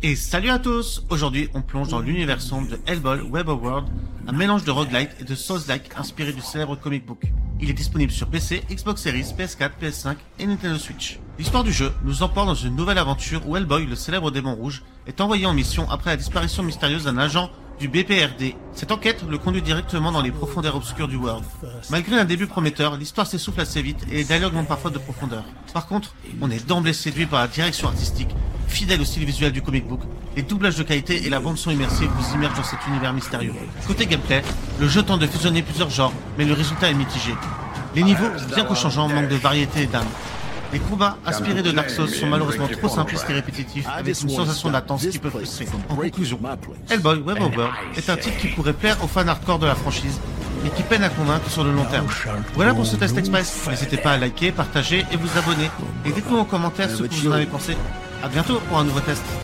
Et salut à tous! Aujourd'hui, on plonge dans l'univers sombre de Hellboy Web of World, un mélange de roguelite et de Souls-like inspiré du célèbre comic book. Il est disponible sur PC, Xbox Series, PS4, PS5 et Nintendo Switch. L'histoire du jeu nous emporte dans une nouvelle aventure où Hellboy, le célèbre démon rouge, est envoyé en mission après la disparition mystérieuse d'un agent du BPRD. Cette enquête le conduit directement dans les profondeurs obscures du World. Malgré un début prometteur, l'histoire s'essouffle assez vite et les dialogues manquent parfois de profondeur. Par contre, on est d'emblée séduit par la direction artistique, fidèle au style visuel du comic book, les doublages de qualité et la bande son immersive vous immergent dans cet univers mystérieux. Côté gameplay, le jeu tente de fusionner plusieurs genres, mais le résultat est mitigé. Les niveaux, bien qu'en changeant, manquent de variété et d'âme. Les combats inspirés de Dark Souls sont malheureusement trop simplistes et répétitifs, avec une sensation de latence qui peut frustrer. En conclusion, Hellboy Web of World est un titre qui pourrait plaire aux fans hardcore de la franchise, mais qui peine à convaincre sur le long terme. Voilà pour ce test express. N'hésitez pas à liker, partager et vous abonner. Et dites-nous en commentaire ce que vous en avez pensé. A bientôt pour un nouveau test.